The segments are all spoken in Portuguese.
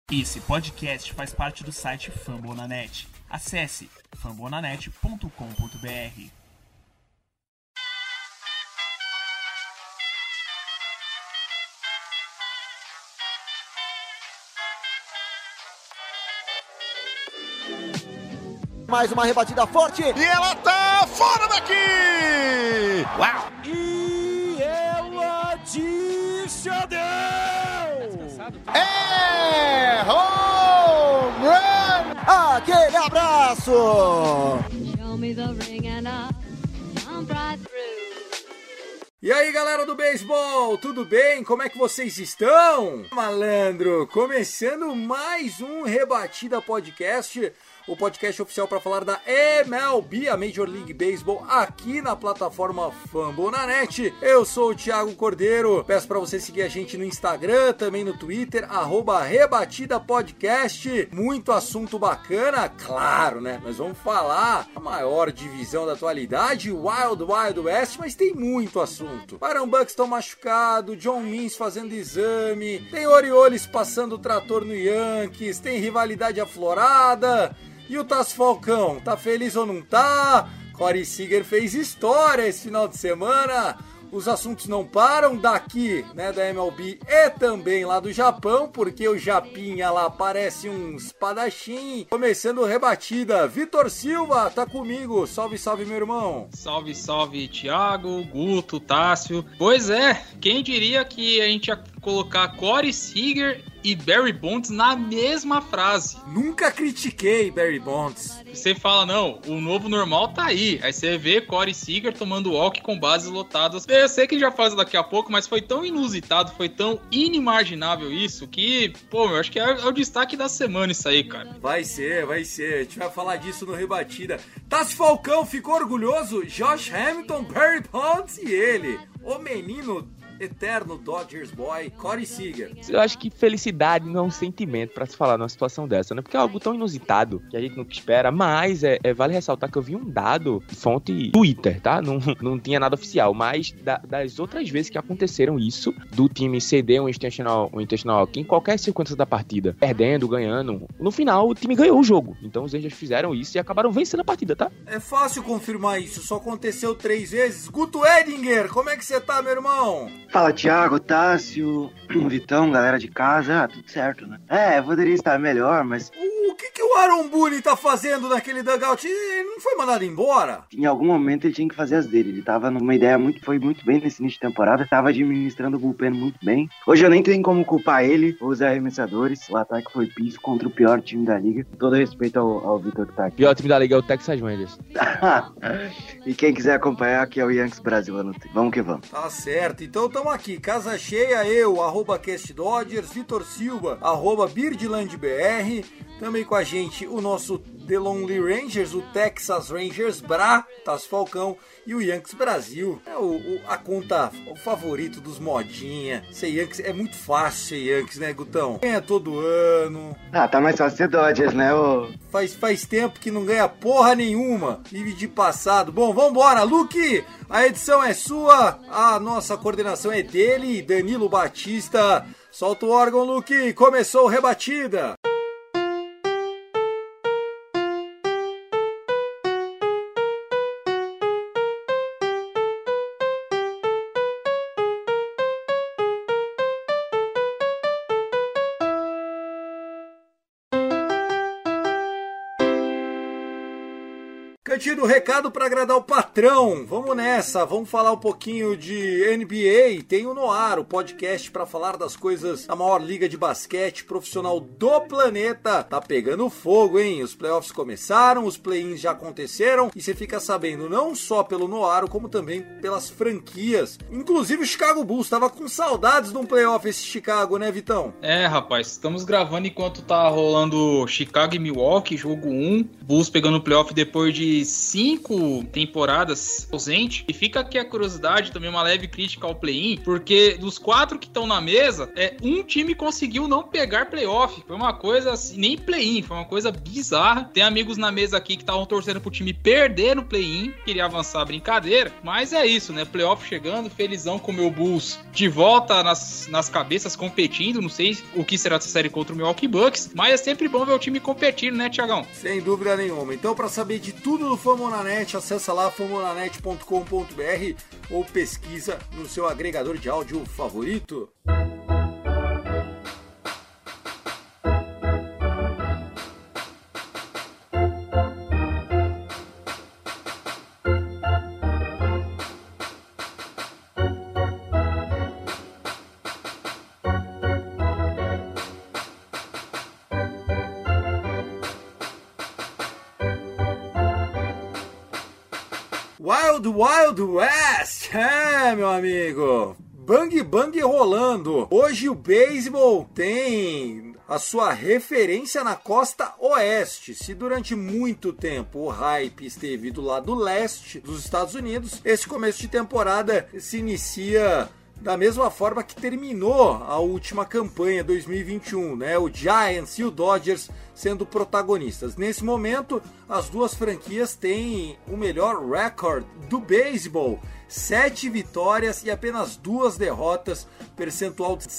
Esse podcast faz parte do site Fambonanet. Acesse fambonanet.com.br. Mais uma rebatida forte. E ela tá fora daqui! Uau! E ela disse adeus! É home run! Aquele abraço! Show me the ring and I'll jump right through. E aí, galera do beisebol, tudo bem? Como é que vocês estão? Malandro, começando mais um Rebatida Podcast, o podcast oficial para falar da MLB, a Major League Baseball, aqui na plataforma Fambonanet. Eu sou o Thiago Cordeiro, peço para você seguir a gente no Instagram, também no Twitter, @RebatidaPodcast. Muito assunto bacana, claro, né? Nós vamos falar a maior divisão da atualidade, Wild West, mas tem muito assunto. Aaron Buxton machucado, John Means fazendo exame, tem Orioles passando o trator no Yankees, tem rivalidade aflorada. E o Taz Falcão, tá feliz ou não tá? Corey Seager fez história esse final de semana. Os assuntos não param daqui, né, da MLB e também lá do Japão, porque o Japinha lá parece um espadachim. Começando rebatida, Vitor Silva tá comigo. Salve, salve, meu irmão. Salve, salve, Thiago, Guto, Tássio. Pois é, quem diria que a gente ia colocar Corey Seager e Barry Bonds na mesma frase. Nunca critiquei Barry Bonds. Você fala, não, o novo normal tá aí. Aí você vê Corey Seager tomando walk com bases lotadas. Eu sei que já faz daqui a pouco, mas foi tão inusitado, foi tão inimaginável isso, que, pô, eu acho que é o destaque da semana isso aí, cara. Vai ser. A gente vai falar disso no Rebatida. Taz Falcão ficou orgulhoso? Josh Hamilton, Barry Bonds e ele, o menino eterno Dodgers boy, Corey Seager. Eu acho que felicidade não é um sentimento pra se falar numa situação dessa, né? Porque é algo tão inusitado que a gente nunca espera, mas vale ressaltar que eu vi um dado, fonte Twitter, tá? Não tinha nada oficial, mas das outras vezes que aconteceram isso, do time ceder um intentional walk em qualquer circunstância da partida, perdendo, ganhando, no final o time ganhou o jogo. Então os Rangers fizeram isso e acabaram vencendo a partida, tá? É fácil confirmar isso, só aconteceu 3 vezes. Guto Edinger, como é que você tá, meu irmão? Fala, Thiago, Tássio, Vitão, galera de casa, tudo certo, né? Poderia estar melhor, mas... O que o Aaron Boone tá fazendo naquele dugout? Ele não foi mandado embora? Em algum momento ele tinha que fazer as dele, ele tava numa ideia foi muito bem nesse início de temporada, tava administrando o bullpen muito bem. Hoje eu nem tenho como culpar ele, ou os arremessadores, o ataque foi piso contra o pior time da liga, com todo respeito ao Vitor que tá aqui. O pior time da liga é o Texas Rangers. E quem quiser acompanhar aqui é o Yankees Brasil, vamos que vamos. Tá certo, então estamos aqui, casa cheia, eu, @CastDodgers, Vitor Silva, @BirdlandBR, também com a gente o nosso The Lonely Rangers, o Texas Rangers Bra, Taz Falcão e o Yankees Brasil. É o favorito dos modinha. Ser Yankees é muito fácil ser Yankees, né, Gutão? Ganha todo ano. Tá mais fácil ser Dodgers, né, ô? Faz tempo que não ganha porra nenhuma. Vive de passado. Bom, vambora, Luke! A edição é sua, a nossa coordenação é dele, Danilo Batista. Solta o órgão, Luke. Começou o Rebatida. Cantinho do recado para agradar o patrão. Vamos nessa, vamos falar um pouquinho de NBA. Tem o Noar, o podcast para falar das coisas da maior liga de basquete profissional do planeta. Tá pegando fogo, hein? Os playoffs começaram, os play-ins já aconteceram e você fica sabendo não só pelo Noar, como também pelas franquias. Inclusive o Chicago Bulls tava com saudades de um playoff esse Chicago, né, Vitão? Rapaz, estamos gravando enquanto tá rolando Chicago e Milwaukee, jogo 1. Bulls pegando o playoff depois de 5 temporadas ausente. E fica aqui a curiosidade, também uma leve crítica ao play-in, porque dos 4 que estão na mesa, um time conseguiu não pegar playoff. Foi uma coisa assim, nem play-in, foi uma coisa bizarra. Tem amigos na mesa aqui que estavam torcendo pro time perder no play-in, queria avançar a brincadeira, mas é isso, né? Playoff chegando, felizão com o meu Bulls de volta nas cabeças competindo. Não sei o que será essa série contra o Milwaukee Bucks, mas é sempre bom ver o time competindo, né, Thiagão? Sem dúvida nenhuma. Então, para saber de tudo do Fambonanet, acessa lá fambonanet.com.br ou pesquisa no seu agregador de áudio favorito. Wild West, meu amigo, bang rolando. Hoje o beisebol tem a sua referência na costa oeste. Se durante muito tempo o hype esteve do lado leste dos Estados Unidos, esse começo de temporada se inicia da mesma forma que terminou a última campanha 2021, né? O Giants e o Dodgers sendo protagonistas. Nesse momento, as duas franquias têm o melhor recorde do beisebol. 7 vitórias e apenas 2 derrotas, percentual de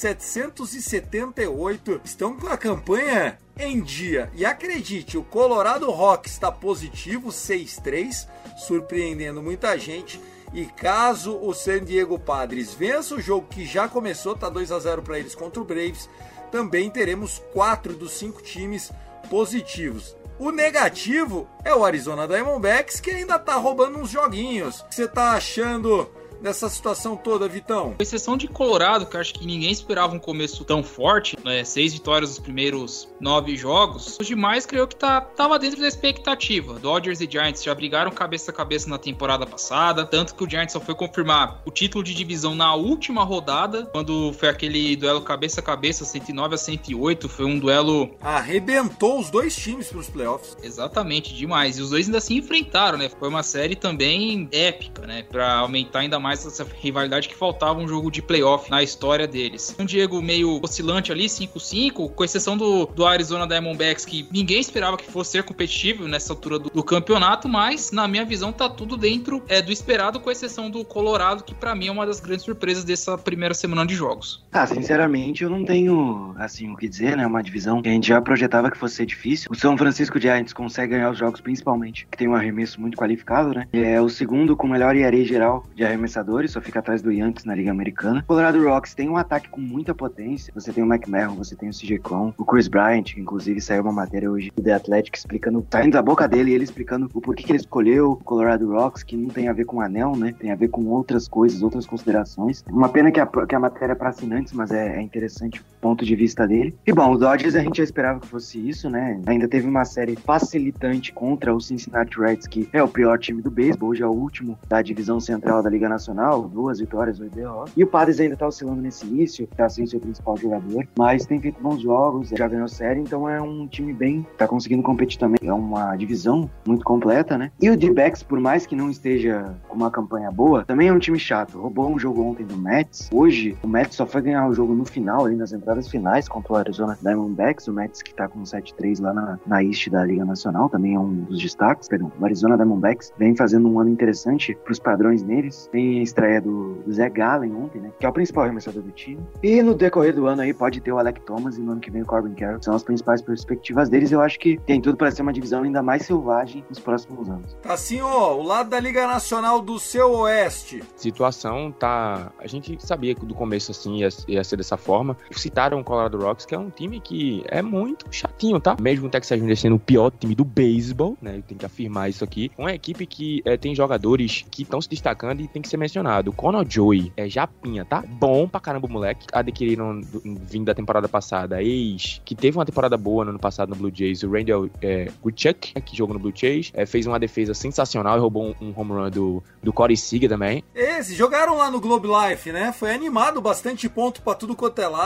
778. Estão com a campanha em dia. E acredite, o Colorado Rockies está positivo, 6-3, surpreendendo muita gente. E caso o San Diego Padres vença o jogo que já começou, tá 2-0 para eles contra o Braves, também teremos 4 dos 5 times positivos. O negativo é o Arizona Diamondbacks, que ainda tá roubando uns joguinhos. O que você tá achando dessa situação toda, Vitão? Com exceção de Colorado, que eu acho que ninguém esperava um começo tão forte, né? 6 vitórias nos primeiros 9 jogos. Os demais, creio que tava dentro da expectativa. Dodgers e Giants já brigaram cabeça a cabeça na temporada passada, tanto que o Giants só foi confirmar o título de divisão na última rodada, quando foi aquele duelo cabeça a cabeça, 109-108, foi um duelo... Arrebentou os dois times pros playoffs. Exatamente, demais. E os dois ainda se enfrentaram, né? Foi uma série também épica, né? Pra aumentar ainda mais essa rivalidade que faltava um jogo de playoff na história deles. Um Diego meio oscilante ali, 5-5, com exceção do Arizona Diamondbacks, que ninguém esperava que fosse ser competitivo nessa altura do campeonato, mas na minha visão tá tudo dentro do esperado, com exceção do Colorado, que pra mim é uma das grandes surpresas dessa primeira semana de jogos. Sinceramente eu não tenho assim o que dizer, né? Uma divisão que a gente já projetava que fosse ser difícil. O São Francisco Giants consegue ganhar os jogos, principalmente que tem um arremesso muito qualificado, né? É o segundo com o melhor ERA geral de arremessadores, só fica atrás do Yankees na Liga Americana. O Colorado Rockies tem um ataque com muita potência. Você tem o McMahon, você tem o CJ Cron, o Chris Bryant, que inclusive saiu uma matéria hoje do The Athletic explicando, saindo da boca dele, ele explicando o porquê que ele escolheu o Colorado Rockies, que não tem a ver com anel, né? Tem a ver com outras coisas, outras considerações. Uma pena que a matéria é para assinantes, mas é interessante o ponto de vista dele. E bom, o Dodgers a gente já esperava que fosse isso, né? Ainda teve uma série facilitante contra o Cincinnati Reds, que é o pior time do beisebol, hoje é o último da divisão central da Liga Nacional, 2 vitórias, 8 derrotas. E o Padres ainda tá oscilando nesse início, tá sem seu principal jogador, mas tem feito bons jogos, já ganhou série, então é um time bem, tá conseguindo competir também. É uma divisão muito completa, né? E o D-backs, por mais que não esteja com uma campanha boa, também é um time chato. Roubou um jogo ontem do Mets. Hoje, o Mets só foi ganhar o jogo no final, ali nas entradas finais, contra o Arizona Diamondbacks. O Mets que tá com 7-3 lá na East da Liga Nacional, também é um dos destaques. Perdão, o Arizona Diamondbacks vem fazendo um ano interessante pros padrões deles. Tem a estreia do Zach Gallen ontem, né? Que é o principal arremessador do time. E no decorrer do ano aí pode ter o Alec Thomas e no ano que vem o Corbin Carroll. São as principais perspectivas deles. Eu acho que tem tudo para ser uma divisão ainda mais selvagem nos próximos anos. Assim, o lado da Liga Nacional do seu oeste. Situação tá... A gente sabia que do começo assim ia ser dessa forma. Citaram o Colorado Rockies, que é um time que é muito chatinho, tá? Mesmo o Texas Rangers sendo o pior time do beisebol, né? Eu tenho que afirmar isso aqui. Uma equipe que tem jogadores que estão se destacando e tem que ser mencionado. O Conor Joey é japinha, tá? Bom pra caramba o moleque. Adquiriram, vindo da temporada passada, que teve uma temporada boa no ano passado no Blue Jays, o Randall Grichuk, que jogou no Blue Jays, fez uma defesa sensacional e roubou um home run do Corey Seager também. Jogaram lá no Globe Life, né? Foi animado, bastante ponto pra tudo quanto é lado.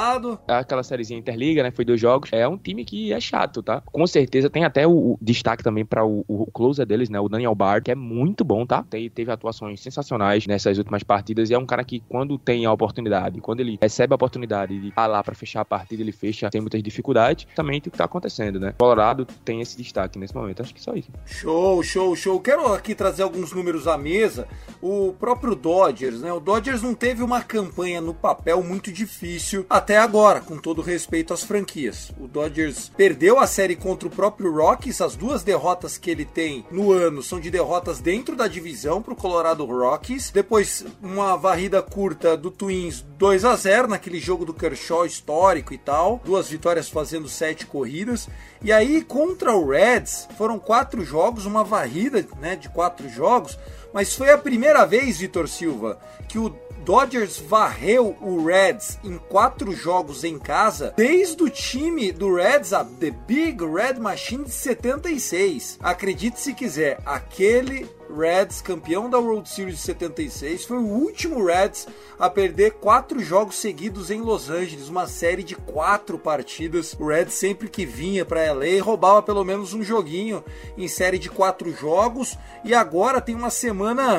aquela sériezinha Interliga, né? Foi 2 jogos. É um time que é chato, tá? Com certeza tem até o destaque também para o closer deles, né? O Daniel Bard, que é muito bom, tá? Teve atuações sensacionais nessas últimas partidas e é um cara que quando tem a oportunidade, quando ele recebe a oportunidade de estar lá para fechar a partida, ele fecha sem muitas dificuldades. Também o que tá acontecendo, né? Colorado tem esse destaque nesse momento. Acho que só isso. Show. Quero aqui trazer alguns números à mesa. O próprio Dodgers, né? O Dodgers não teve uma campanha no papel muito difícil até agora, com todo respeito às franquias. O Dodgers perdeu a série contra o próprio Rockies. As 2 derrotas que ele tem no ano são de derrotas dentro da divisão pro Colorado Rockies. Depois, uma varrida curta do Twins 2-0 naquele jogo do Kershaw histórico e tal. 2 vitórias fazendo 7 corridas. E aí, contra o Reds, foram 4 jogos, uma varrida, né, de 4 jogos. Mas foi a primeira vez, Vitor Silva, que o Dodgers varreu o Reds em 4 jogos em casa, desde o time do Reds, a The Big Red Machine de 76. Acredite se quiser, aquele Reds, campeão da World Series de 76, foi o último Reds a perder 4 jogos seguidos em Los Angeles, uma série de 4 partidas. O Reds sempre que vinha para LA roubava pelo menos um joguinho em série de 4 jogos, e agora tem uma semana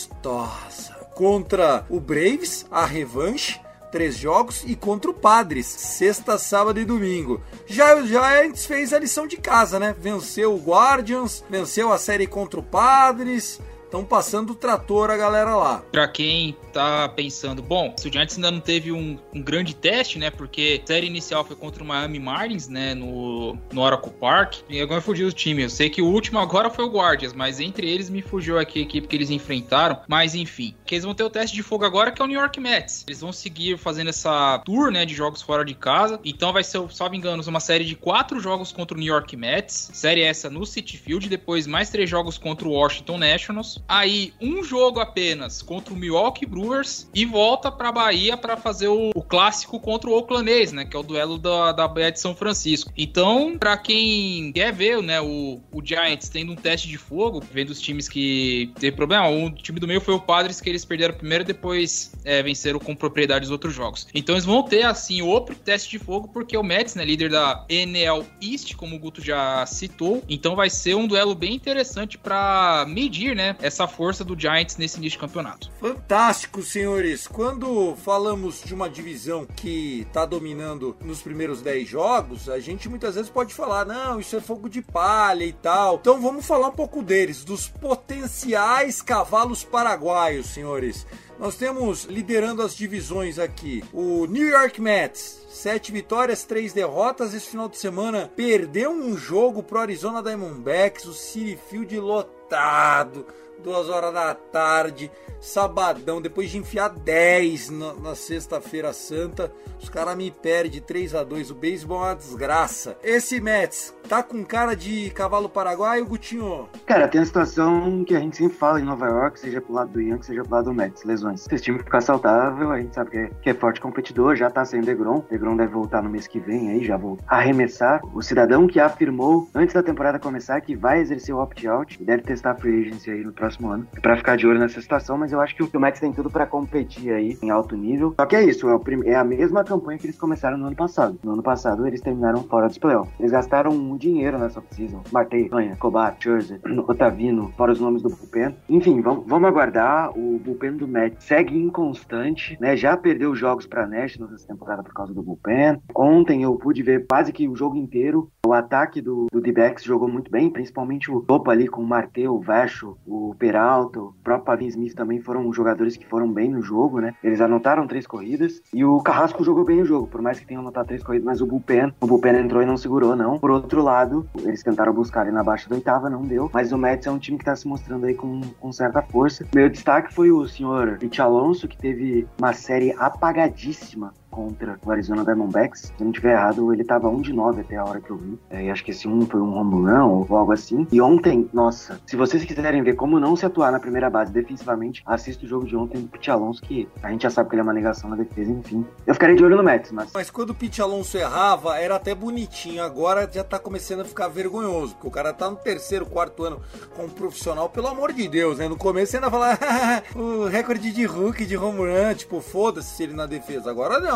gostosa contra o Braves, a revanche, 3 jogos, e contra o Padres, sexta, sábado e domingo. Já antes fez a lição de casa, né? Venceu o Guardians, venceu a série contra o Padres. Estão passando o trator a galera lá. Pra quem tá pensando, bom, o Giants ainda não teve um grande teste, né? Porque a série inicial foi contra o Miami Marlins, né? No Oracle Park. E agora fugiu o time. Eu sei que o último agora foi o Guardians, mas entre eles me fugiu aqui a equipe que eles enfrentaram. Mas enfim, que eles vão ter o teste de fogo agora, que é o New York Mets. Eles vão seguir fazendo essa tour, né? De jogos fora de casa. Então vai ser, salvo engano, uma série de 4 jogos contra o New York Mets. Série essa no Citi Field. Depois mais 3 jogos contra o Washington Nationals. Aí, um jogo apenas contra o Milwaukee Brewers e volta pra Bahia pra fazer o clássico contra o Oakland A's, né? Que é o duelo da Bahia de São Francisco. Então, pra quem quer ver, né, o Giants tendo um teste de fogo, vendo os times que teve problema, o time do meio foi o Padres, que eles perderam primeiro e depois venceram com propriedade os outros jogos. Então, eles vão ter, assim, outro teste de fogo, porque o Mets, né, líder da NL East, como o Guto já citou, então vai ser um duelo bem interessante pra medir, né, essa força do Giants nesse início de campeonato. Fantástico, senhores. Quando falamos de uma divisão que tá dominando nos primeiros 10 jogos, a gente muitas vezes pode falar, não, isso é fogo de palha e tal. Então vamos falar um pouco deles, dos potenciais cavalos paraguaios, senhores. Nós temos, liderando as divisões aqui, o New York Mets, 7 vitórias, 3 derrotas. Esse final de semana perdeu um jogo pro Arizona Diamondbacks, o Citi Field lotado, 2 horas da tarde, sabadão, depois de enfiar 10 na sexta-feira santa, os caras me perdem 3-2, o beisebol é uma desgraça. Esse Mets tá com cara de cavalo paraguaio, Gutinho? Cara, tem a situação que a gente sempre fala em Nova York, seja pro lado do Yankees, seja pro lado do Mets, lesões. Se esse time ficar saudável, a gente sabe que é forte competidor, já tá sem DeGrom deve voltar no mês que vem, aí já vou arremessar. O cidadão que afirmou antes da temporada começar que vai exercer o opt-out e deve testar a free agency aí no próximo ano, pra ficar de olho nessa situação, mas eu acho que o Mets tem tudo pra competir aí em alto nível. Só que é isso, é a mesma campanha que eles começaram no ano passado. No ano passado eles terminaram fora dos playoffs. Eles gastaram um dinheiro nessa off-season. Marte, Canha, Cobar, Scherzer, Otavino, fora os nomes do bullpen. Enfim, vamos aguardar. O bullpen do Mets segue inconstante, né? Já perdeu jogos pra Nationals essa temporada por causa do bullpen. Ontem eu pude ver quase que o jogo inteiro. O ataque do D-backs jogou muito bem, principalmente o topo ali com o Marte, o Vacho, o Peralta, o próprio Pavin Smith também foram jogadores que foram bem no jogo, né? Eles anotaram 3 corridas e o Carrasco jogou bem o jogo, por mais que tenham anotado 3 corridas, mas o bullpen entrou e não segurou, não. Por outro lado, eles tentaram buscar ali na baixa da 8ª, não deu, mas o Mets é um time que tá se mostrando aí com certa força. Meu destaque foi o senhor Pete Alonso, que teve uma série apagadíssima contra o Arizona Diamondbacks. Se eu não estiver errado, ele tava 1-9 até a hora que eu vi. E acho que esse foi um home run ou algo assim. E ontem, nossa, se vocês quiserem ver como não se atuar na primeira base defensivamente, assista o jogo de ontem do Pete Alonso, que a gente já sabe que ele é uma negação na defesa, enfim. Eu ficaria de olho no Mets, mas quando o Pete Alonso errava, era até bonitinho. Agora já tá começando a ficar vergonhoso, porque o cara tá no 3º, 4º ano como profissional, pelo amor de Deus, né? No começo você ainda fala o recorde de rookie, de home run, tipo, foda-se ele na defesa. Agora não,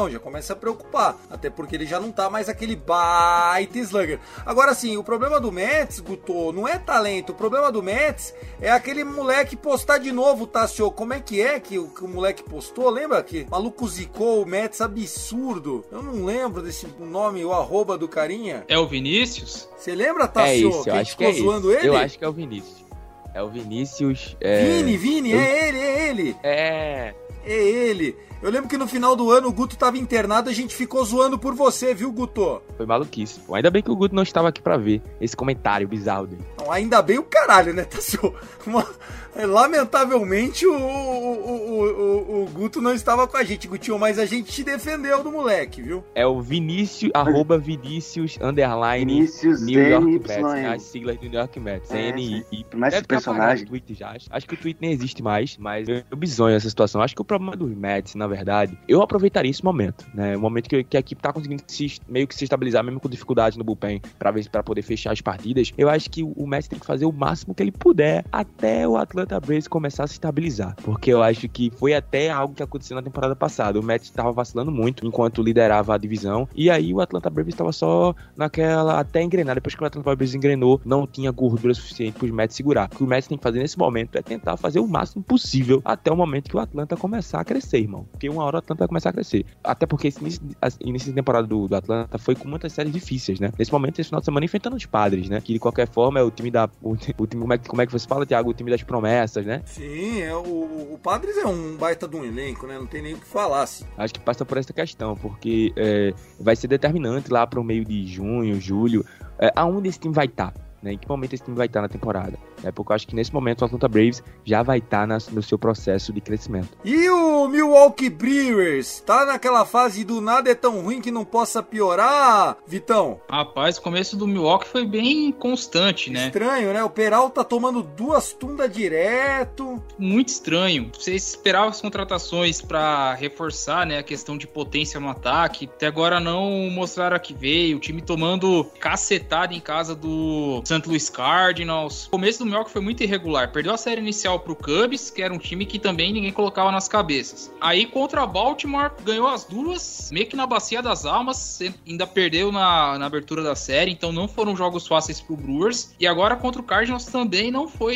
já começa a preocupar. Até porque ele já não tá mais aquele baita slugger. Agora sim, o problema do Mets, Guto, não é talento. O problema do Mets é aquele moleque postar de novo, Tassio. Como é que o moleque postou? Lembra que o maluco zicou o Mets absurdo? Eu não lembro desse nome, o arroba do carinha. É o Vinícius? Você lembra, Tassio? É isso, eu acho que ficou zoando ele? Eu acho que é o Vinícius. É o Vinícius. Vini, é ele. É ele. Eu lembro que no final do ano o Guto tava internado e a gente ficou zoando por você, viu, Guto? Foi maluquice. Pô. Ainda bem que o Guto não estava aqui pra ver esse comentário bizarro dele. Não, ainda bem o caralho, né, Tassio? Lamentavelmente o Guto não estava com a gente, Gutinho, mas a gente te defendeu do moleque, viu? É o Vinícius, arroba Vinícius, _, Vinícius New York DNY. Mets, as siglas do New York Mets, NI. Mas esse personagem... Twitter já. Acho que o Twitter nem existe mais, mas eu bizonho essa situação. Acho que o problema dos Mets, na verdade, eu aproveitaria esse momento, né? O momento que a equipe tá conseguindo meio que se estabilizar, mesmo com dificuldade no bullpen, pra poder fechar as partidas. Eu acho que o Mets tem que fazer o máximo que ele puder até o Atlanta Braves começar a se estabilizar, porque eu acho que foi até algo que aconteceu na temporada passada. O Mets estava vacilando muito enquanto liderava a divisão, e aí o Atlanta Braves estava só naquela até engrenar. Depois que o Atlanta Braves engrenou, não tinha gordura suficiente para os Mets segurar. O que o Mets tem que fazer nesse momento é tentar fazer o máximo possível até o momento que o Atlanta começar a crescer, irmão, porque uma hora o Atlanta vai começar a crescer, até porque esse início de temporada do Atlanta foi com muitas séries difíceis, né? Nesse momento, esse final de semana, enfrentando os Padres, né? Que de qualquer forma é o time como é que você fala, Thiago? O time das promessas, né? Sim, o Padres é um baita de um elenco, né? Não tem nem o que falar, assim. Acho que passa por essa questão, porque vai ser determinante lá pro meio de junho, julho, aonde esse time vai estar. Né, em que momento esse time vai estar na temporada? Porque eu acho que nesse momento o Atlanta Braves já vai estar no seu processo de crescimento. E o Milwaukee Brewers? Tá naquela fase do nada é tão ruim que não possa piorar, Vitão? Rapaz, o começo do Milwaukee foi bem constante, né? Estranho, né? O Peralta tomando 2 tundas direto. Muito estranho. Você esperava as contratações pra reforçar, né, a questão de potência no ataque. Até agora não mostraram a que veio. O time tomando cacetada em casa do St. Louis Cardinals. O começo do Milwaukee foi muito irregular. Perdeu a série inicial pro Cubs, que era um time que também ninguém colocava nas cabeças. Aí contra Baltimore, ganhou as duas, meio que na bacia das almas, ainda perdeu na abertura da série, então não foram jogos fáceis pro Brewers. E agora contra o Cardinals também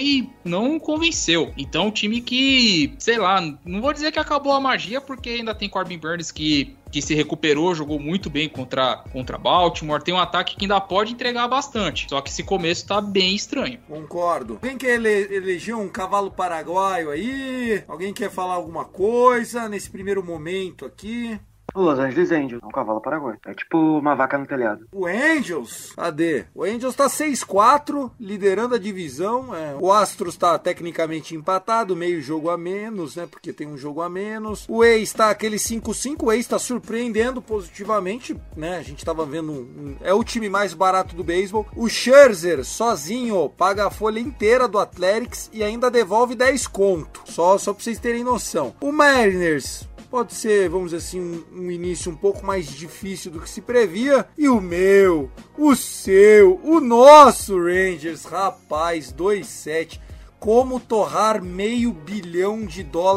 não convenceu. Então um time que, sei lá, não vou dizer que acabou a magia, porque ainda tem Corbin Burnes que se recuperou, jogou muito bem contra Baltimore. Tem um ataque que ainda pode entregar bastante. Só que esse começo tá bem estranho. Concordo. Alguém quer eleger um cavalo paraguaio aí? Alguém quer falar alguma coisa nesse primeiro momento aqui? O Los Angeles Angels, é um cavalo paraguaio. É tipo uma vaca no telhado. O Angels? Cadê? O Angels tá 6-4, liderando a divisão. O Astros tá tecnicamente empatado, meio jogo a menos, né? Porque tem um jogo a menos. O A's tá aquele 5-5, o A's tá surpreendendo positivamente, né? A gente tava vendo é o time mais barato do beisebol. O Scherzer, sozinho, paga a folha inteira do Athletics e ainda devolve 10 conto. Só pra vocês terem noção. O Mariners pode ser, vamos dizer assim, um início um pouco mais difícil do que se previa. E o meu, o seu, o nosso Rangers, rapaz, 2-7. Como torrar $500 milhão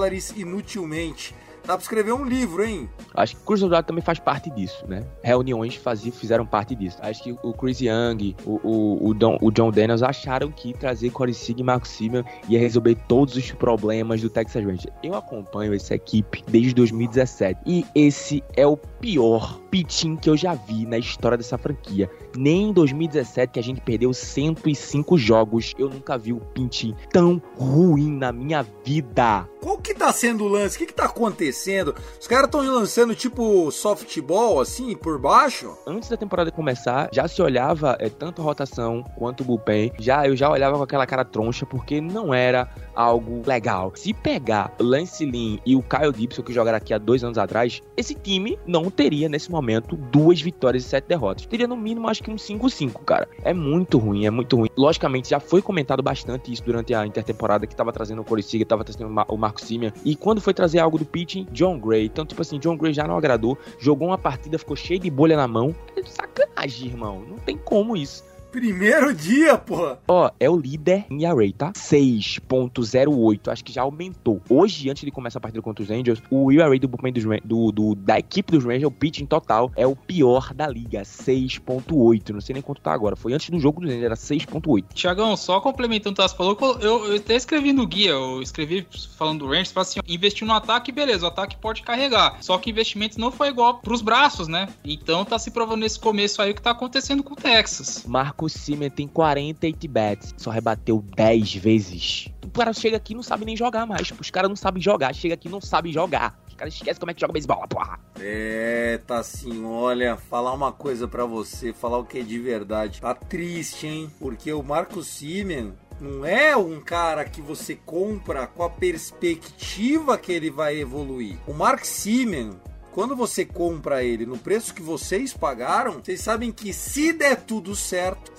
inutilmente. Dá pra escrever um livro, hein? Acho que o Cruz Dourado também faz parte disso, né? Reuniões fizeram parte disso. Acho que o Chris Young, o John Daniels acharam que trazer Corey Seager e Marcus Semien ia resolver todos os problemas do Texas Rangers. Eu acompanho essa equipe desde 2017 e esse é o pior pitching que eu já vi na história dessa franquia. Nem em 2017, que a gente perdeu 105 jogos, eu nunca vi um pitching tão ruim na minha vida. Qual que tá sendo o lance? O que tá acontecendo? Os caras estão lançando tipo softball, assim, por baixo? Antes da temporada começar, já se olhava tanto a rotação quanto o bullpen. Eu já olhava com aquela cara troncha, porque não era algo legal. Se pegar Lance Lynn e o Kyle Gibson, que jogaram aqui há 2 anos atrás, esse time não teria, nesse momento, 2 vitórias e 7 derrotas. Teria, no mínimo, acho que um 5-5, cara. É muito ruim, é muito ruim. Logicamente, já foi comentado bastante isso durante a intertemporada, que tava trazendo o Corey Seager, tava trazendo o Marcus Semien. E quando foi trazer algo do pitching, John Gray. Então, tipo assim, John Gray já não agradou. Jogou uma partida, ficou cheio de bolha na mão. É sacanagem, irmão. Não tem como isso. Primeiro dia, porra. Ó, é o líder em ERA, tá? 6.08, acho que já aumentou. Hoje, antes de começar a partida contra os Angels, o ERA do bullpen da equipe dos Rangers, o pitching total, é o pior da liga, 6.8. Não sei nem quanto tá agora. Foi antes do jogo dos Angels, era 6.8. Thiagão, só complementando o que você falou, eu até escrevi no guia, eu escrevi falando do Rangers, falei assim, investir no ataque, beleza, o ataque pode carregar. Só que o investimento não foi igual pros braços, né? Então tá se provando nesse começo aí o que tá acontecendo com o Texas. Marcus Semien tem 48 bats, só rebateu 10 vezes. O cara chega aqui e não sabe nem jogar mais. Os caras não sabem jogar, chega aqui e não sabem jogar. Os caras esquecem como é que joga beisebol, porra. Tá assim, olha, falar uma coisa pra você, falar o que é de verdade. Tá triste, hein? Porque o Marcus Semien não é um cara que você compra com a perspectiva que ele vai evoluir. O Marcus Semien, quando você compra ele no preço que vocês pagaram, vocês sabem que se der tudo certo,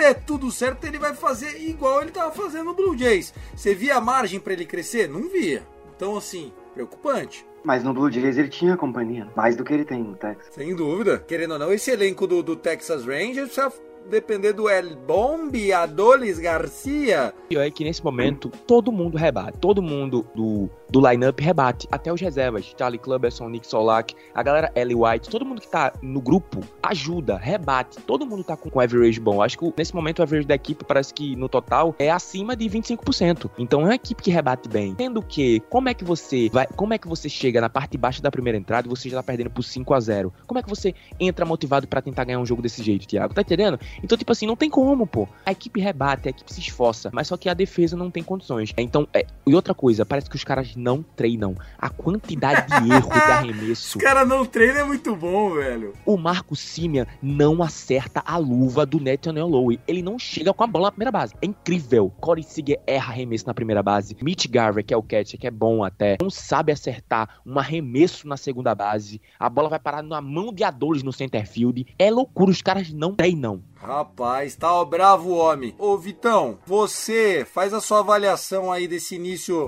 ele vai fazer igual ele tava fazendo no Blue Jays. Você via a margem para ele crescer? Não via. Então, assim, preocupante. Mas no Blue Jays ele tinha companhia, mais do que ele tem no Texas. Sem dúvida. Querendo ou não, esse elenco do Texas Rangers precisa depender do El Bombi, Adolis Garcia. E é que nesse momento todo mundo rebate, todo mundo do line-up rebate, até os reservas, Charlie Cluberson, Nick Solak, a galera Ellie White, todo mundo que tá no grupo ajuda, rebate, todo mundo tá com average bom. Acho que nesse momento o average da equipe parece que no total é acima de 25%. Então é uma equipe que rebate bem. Tendo que, como é que você chega na parte baixa da primeira entrada e você já tá perdendo por 5-0? Como é que você entra motivado pra tentar ganhar um jogo desse jeito, Thiago? Tá entendendo? Então, tipo assim, não tem como, pô. A equipe rebate, a equipe se esforça, mas só que a defesa não tem condições. Então, e outra coisa, parece que os caras não treinam. A quantidade de erro de arremesso. Os caras não treinam é muito bom, velho. O Marcus Semien não acerta a luva do Nathaniel Lowe. Ele não chega com a bola na primeira base. É incrível. Corey Seager erra arremesso na primeira base. Mitch Garver, que é o catcher, que é bom até, não sabe acertar um arremesso na segunda base. A bola vai parar na mão de Adolis no center field. É loucura, os caras não treinam. Rapaz, tá bravo o homem. Ô Vitão, você faz a sua avaliação aí desse início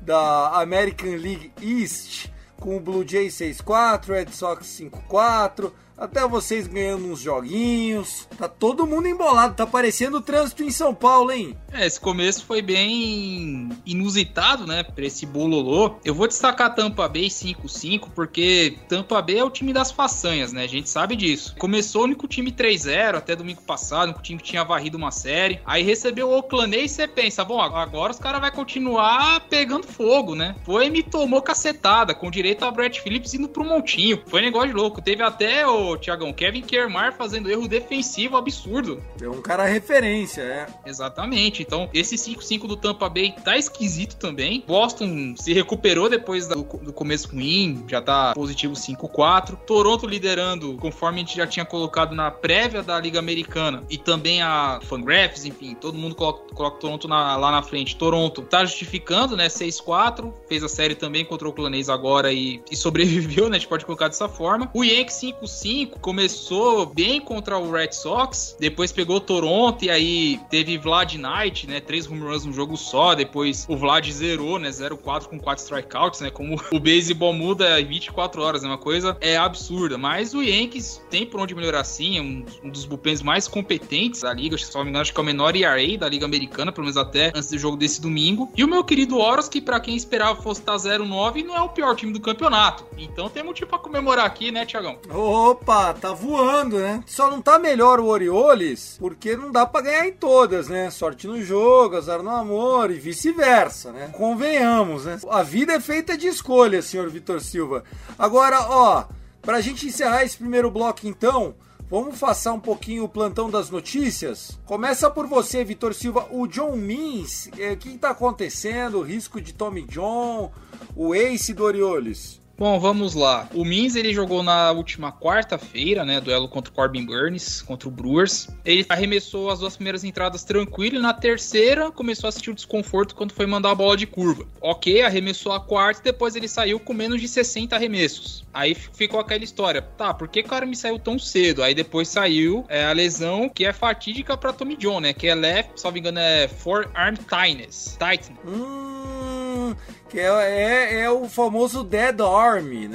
da American League East com o Blue Jays 6-4, Red Sox 5-4, até vocês ganhando uns joguinhos. Tá todo mundo embolado, tá parecendo o trânsito em São Paulo, hein? Esse começo foi bem inusitado, né, pra esse bololô. Eu vou destacar Tampa Bay 5-5, porque Tampa Bay é o time das façanhas, né, a gente sabe disso. Começou o único time 3-0 até domingo passado, o único time que tinha varrido uma série. Aí recebeu o Oakland e você pensa, bom, agora os caras vão continuar pegando fogo, né? Foi e me tomou cacetada, com direito a Brett Phillips indo pro montinho. Foi negócio de louco. Teve até o Thiagão, Kevin Kiermaier fazendo erro defensivo absurdo. É um cara referência, Exatamente. Então, esse 5-5 do Tampa Bay tá esquisito também. Boston se recuperou depois do começo ruim, já tá positivo 5-4. Toronto liderando, conforme a gente já tinha colocado na prévia da Liga Americana, e também a Fangraphs, enfim, todo mundo coloca Toronto lá na frente. Toronto tá justificando, né, 6-4, fez a série também contra o Oakland A's agora e sobreviveu, né, a gente pode colocar dessa forma. O Yankees 5-5 começou bem contra o Red Sox, depois pegou Toronto e aí teve Vlad Knight, né, 3 home runs num jogo só, depois o Vlad zerou, né, 0-4 com 4 strikeouts, né, como o beisebol muda em 24 horas, né, uma coisa absurda, mas o Yankees tem por onde melhorar sim, é um dos bullpens mais competentes da liga, se não me engano, acho que é o menor ERA da Liga Americana, pelo menos até antes do jogo desse domingo, e o meu querido Orioles, que pra quem esperava fosse estar 0-9, não é o pior time do campeonato, então tem motivo pra comemorar aqui, né, Thiagão? Opa, tá voando, né? Só não tá melhor o Orioles, porque não dá pra ganhar em todas, né? Sorte no jogo, azar no amor e vice-versa, né? Convenhamos, né? A vida é feita de escolha, senhor Vitor Silva. Agora, ó, pra gente encerrar esse primeiro bloco, então, vamos passar um pouquinho o plantão das notícias. Começa por você, Vitor Silva. O John Means, o que tá acontecendo? O risco de Tommy John, o ace do Orioles. Bom, vamos lá. O Means, ele jogou na última quarta-feira, né, duelo contra o Corbin Burnes, contra o Brewers. Ele arremessou as 2 primeiras entradas tranquilo e na terceira começou a sentir o desconforto quando foi mandar a bola de curva. Ok, arremessou a quarta e depois ele saiu com menos de 60 arremessos. Aí ficou aquela história, tá, por que o cara me saiu tão cedo? Aí depois saiu a lesão que é fatídica pra Tommy John, né, que é left, se não me engano é forearm tightness. Que é o famoso dead arm, né?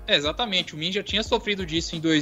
Exatamente, o Min já tinha sofrido disso em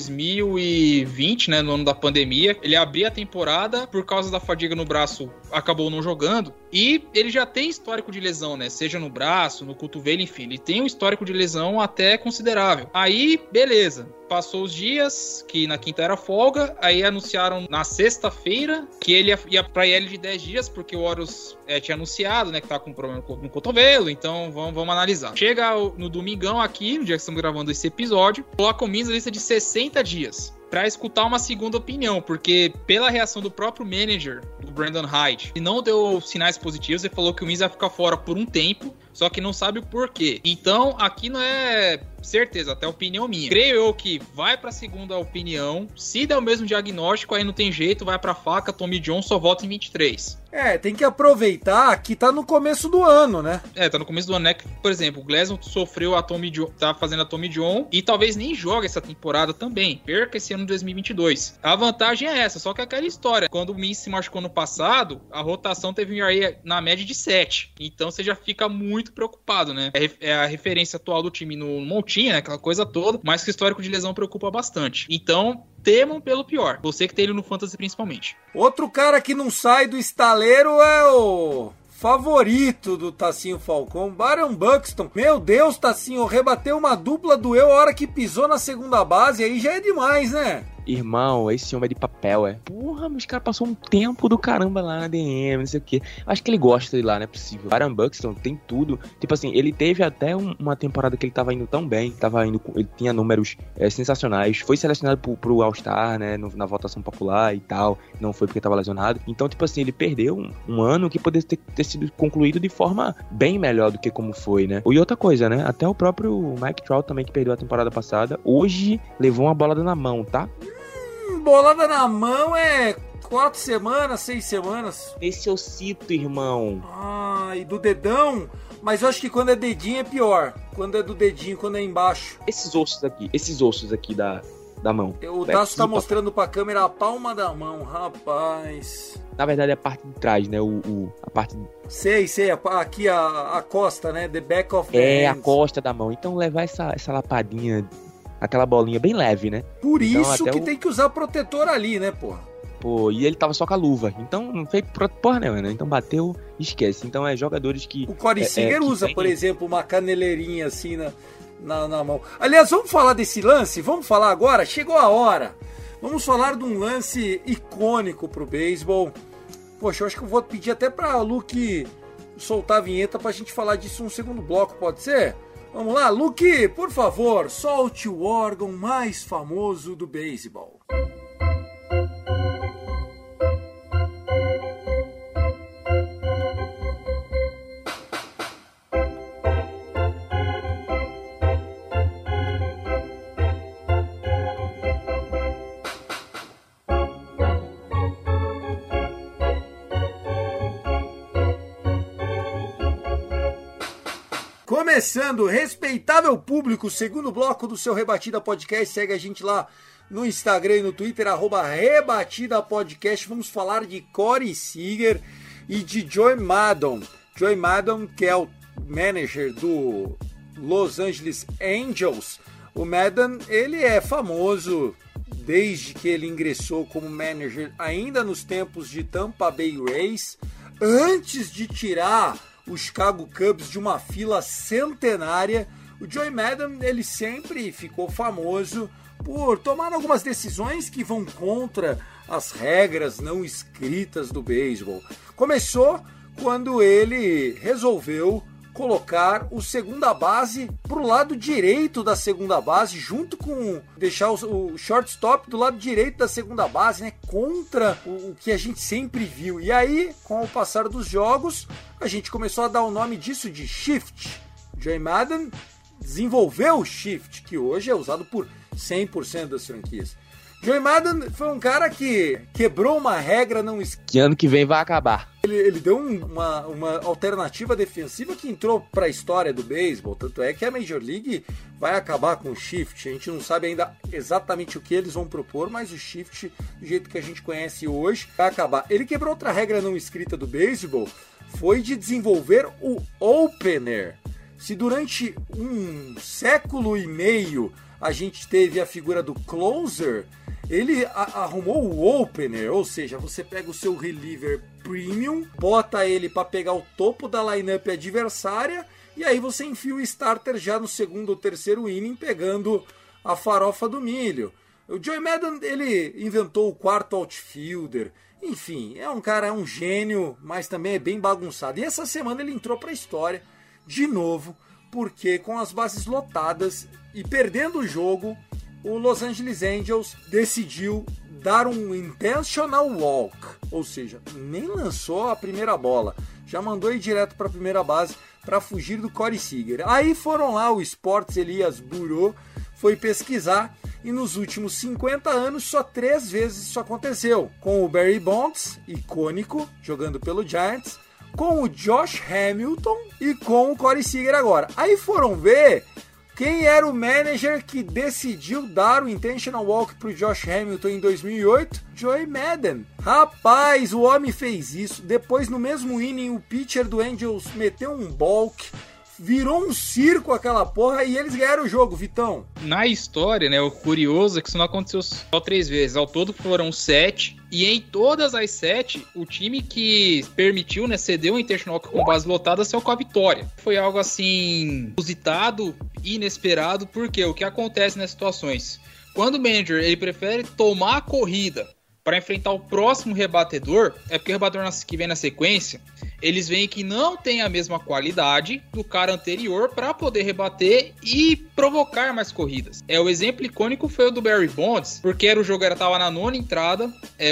2020, né, no ano da pandemia. Ele abria a temporada, por causa da fadiga no braço, acabou não jogando. E ele já tem histórico de lesão, né, seja no braço, no cotovelo, enfim. Ele tem um histórico de lesão até considerável. Aí, beleza. Passou os dias, que na quinta era folga, aí anunciaram na sexta-feira que ele ia pra IL de 10 dias, porque o Horus tinha anunciado, né, que tá com problema no cotovelo, então vamos analisar. Chega no domingão aqui, no dia que estamos gravando esse episódio, coloca o Min na lista de 60 dias. Pra escutar uma segunda opinião, porque pela reação do próprio manager, do Brandon Hyde, ele não deu sinais positivos, ele falou que o Min vai ficar fora por um tempo, só que não sabe o porquê. Então, aqui não é certeza, até opinião minha. Creio eu que vai pra segunda opinião, se der o mesmo diagnóstico, aí não tem jeito, vai pra faca, Tommy John só volta em 23. Tem que aproveitar que tá no começo do ano, né? Tá no começo do ano, né? Por exemplo, o Gleason sofreu a Tommy John, tá fazendo a Tommy John e talvez nem joga essa temporada também. Perca esse ano de 2022. A vantagem é essa, só que aquela história. Quando o Min se machucou no passado, a rotação teve um ERA na média de 7. Então você já fica muito preocupado, né? É a referência atual do time no montinho, né? Aquela coisa toda, mas que o histórico de lesão preocupa bastante. Então, temam pelo pior. Você que tem ele no Fantasy principalmente. Outro cara que não sai do estaleiro é o favorito do Tacinho Falcão, Byron Buxton. Meu Deus, Tacinho, rebateu uma dupla, doeu a hora que pisou na segunda base, aí já é demais, né? Irmão, esse homem é de papel, Porra, mas o cara passou um tempo do caramba lá na DM, não sei o quê. Acho que ele gosta de lá, não é possível. Byron Buxton tem tudo. Tipo assim, ele teve até uma temporada que ele tava indo tão bem, ele tinha números sensacionais. Foi selecionado pro All-Star, né, na votação popular e tal. Não foi porque tava lesionado. Então, tipo assim, ele perdeu um ano que poderia ter sido concluído de forma bem melhor do que como foi, né? E outra coisa, né? Até o próprio Mike Trout também, que perdeu a temporada passada, hoje levou uma bolada na mão, tá? Bolada na mão é 4 semanas, 6 semanas. Esse ossito, irmão. E do dedão? Mas eu acho que quando é dedinho é pior. Quando é do dedinho, quando é embaixo. Esses ossos aqui da mão. O Tasso tá mostrando pra câmera a palma da mão, rapaz. Na verdade é a parte de trás, né? A parte... Sei, aqui a costa, né? The back of the hand. A costa da mão. Então levar essa lapadinha, aquela bolinha bem leve, né? Por então, isso que tem que usar protetor ali, né, porra? Pô, e ele tava só com a luva. Então não fez porra nenhuma, né? Então bateu, esquece. Então jogadores que... O Corey Seager usa, por exemplo, uma caneleirinha assim na mão. Aliás, vamos falar desse lance? Vamos falar agora? Chegou a hora. Vamos falar de um lance icônico pro beisebol. Poxa, eu acho que eu vou pedir até pra Luke soltar a vinheta pra gente falar disso no segundo bloco, pode ser? Vamos lá, Luke, por favor, solte o órgão mais famoso do beisebol. Começando, respeitável público, segundo bloco do seu Rebatida Podcast. Segue a gente lá no Instagram e no Twitter, @Rebatida Podcast. Vamos falar de Corey Seager e de Joey Maddon. Joey Maddon, que é o manager do Los Angeles Angels. O Maddon, ele é famoso desde que ele ingressou como manager ainda nos tempos de Tampa Bay Rays, antes de tirar o Chicago Cubs de uma fila centenária. O Joey Maddon, ele sempre ficou famoso por tomar algumas decisões que vão contra as regras não escritas do beisebol. Começou quando ele resolveu colocar o segunda base pro lado direito da segunda base, junto com deixar o shortstop do lado direito da segunda base, né, contra o que a gente sempre viu. E aí, com o passar dos jogos, a gente começou a dar o nome disso de shift. Joey Maddon desenvolveu o shift, que hoje é usado por 100% das franquias. Joey Maddon foi um cara que quebrou uma regra não escrita. Que ano que vem vai acabar. Ele deu uma alternativa defensiva que entrou para a história do beisebol. Tanto é que a Major League vai acabar com o shift. A gente não sabe ainda exatamente o que eles vão propor, mas o shift, do jeito que a gente conhece hoje, vai acabar. Ele quebrou outra regra não escrita do beisebol, foi de desenvolver o opener. Se durante um século e meio a gente teve a figura do closer, ele arrumou o opener, ou seja, você pega o seu reliever premium, bota ele para pegar o topo da lineup adversária e aí você enfia o starter já no segundo ou terceiro inning pegando a farofa do milho. O Joey Maddon, ele inventou o quarto outfielder. Enfim, é um cara, é um gênio, mas também é bem bagunçado. E essa semana ele entrou para a história de novo, porque com as bases lotadas e perdendo o jogo, o Los Angeles Angels decidiu dar um intentional walk, ou seja, nem lançou a primeira bola, já mandou ir direto para a primeira base para fugir do Corey Seager. Aí foram lá, o Sports Elias Bureau foi pesquisar e nos últimos 50 anos só 3 vezes isso aconteceu, com o Barry Bonds, icônico, jogando pelo Giants, com o Josh Hamilton e com o Corey Seager agora. Aí foram ver quem era o manager que decidiu dar o intentional walk pro Josh Hamilton em 2008? Joey Maddon. Rapaz, o homem fez isso. Depois, no mesmo inning, o pitcher do Angels meteu um balk. Virou um circo aquela porra e eles ganharam o jogo, Vitão. Na história, né, o curioso é que isso não aconteceu só 3 vezes. Ao todo foram 7. E em todas as 7, o time que permitiu, né, cedeu o intentional com base lotada saiu com a vitória. Foi algo assim, inusitado, inesperado, porque o que acontece nessas situações? Quando o manager ele prefere tomar a corrida para enfrentar o próximo rebatedor, é porque o rebatedor que vem na sequência, eles veem que não tem a mesma qualidade do cara anterior para poder rebater e provocar mais corridas. O exemplo icônico foi o do Barry Bonds, porque o jogo estava na 9ª entrada,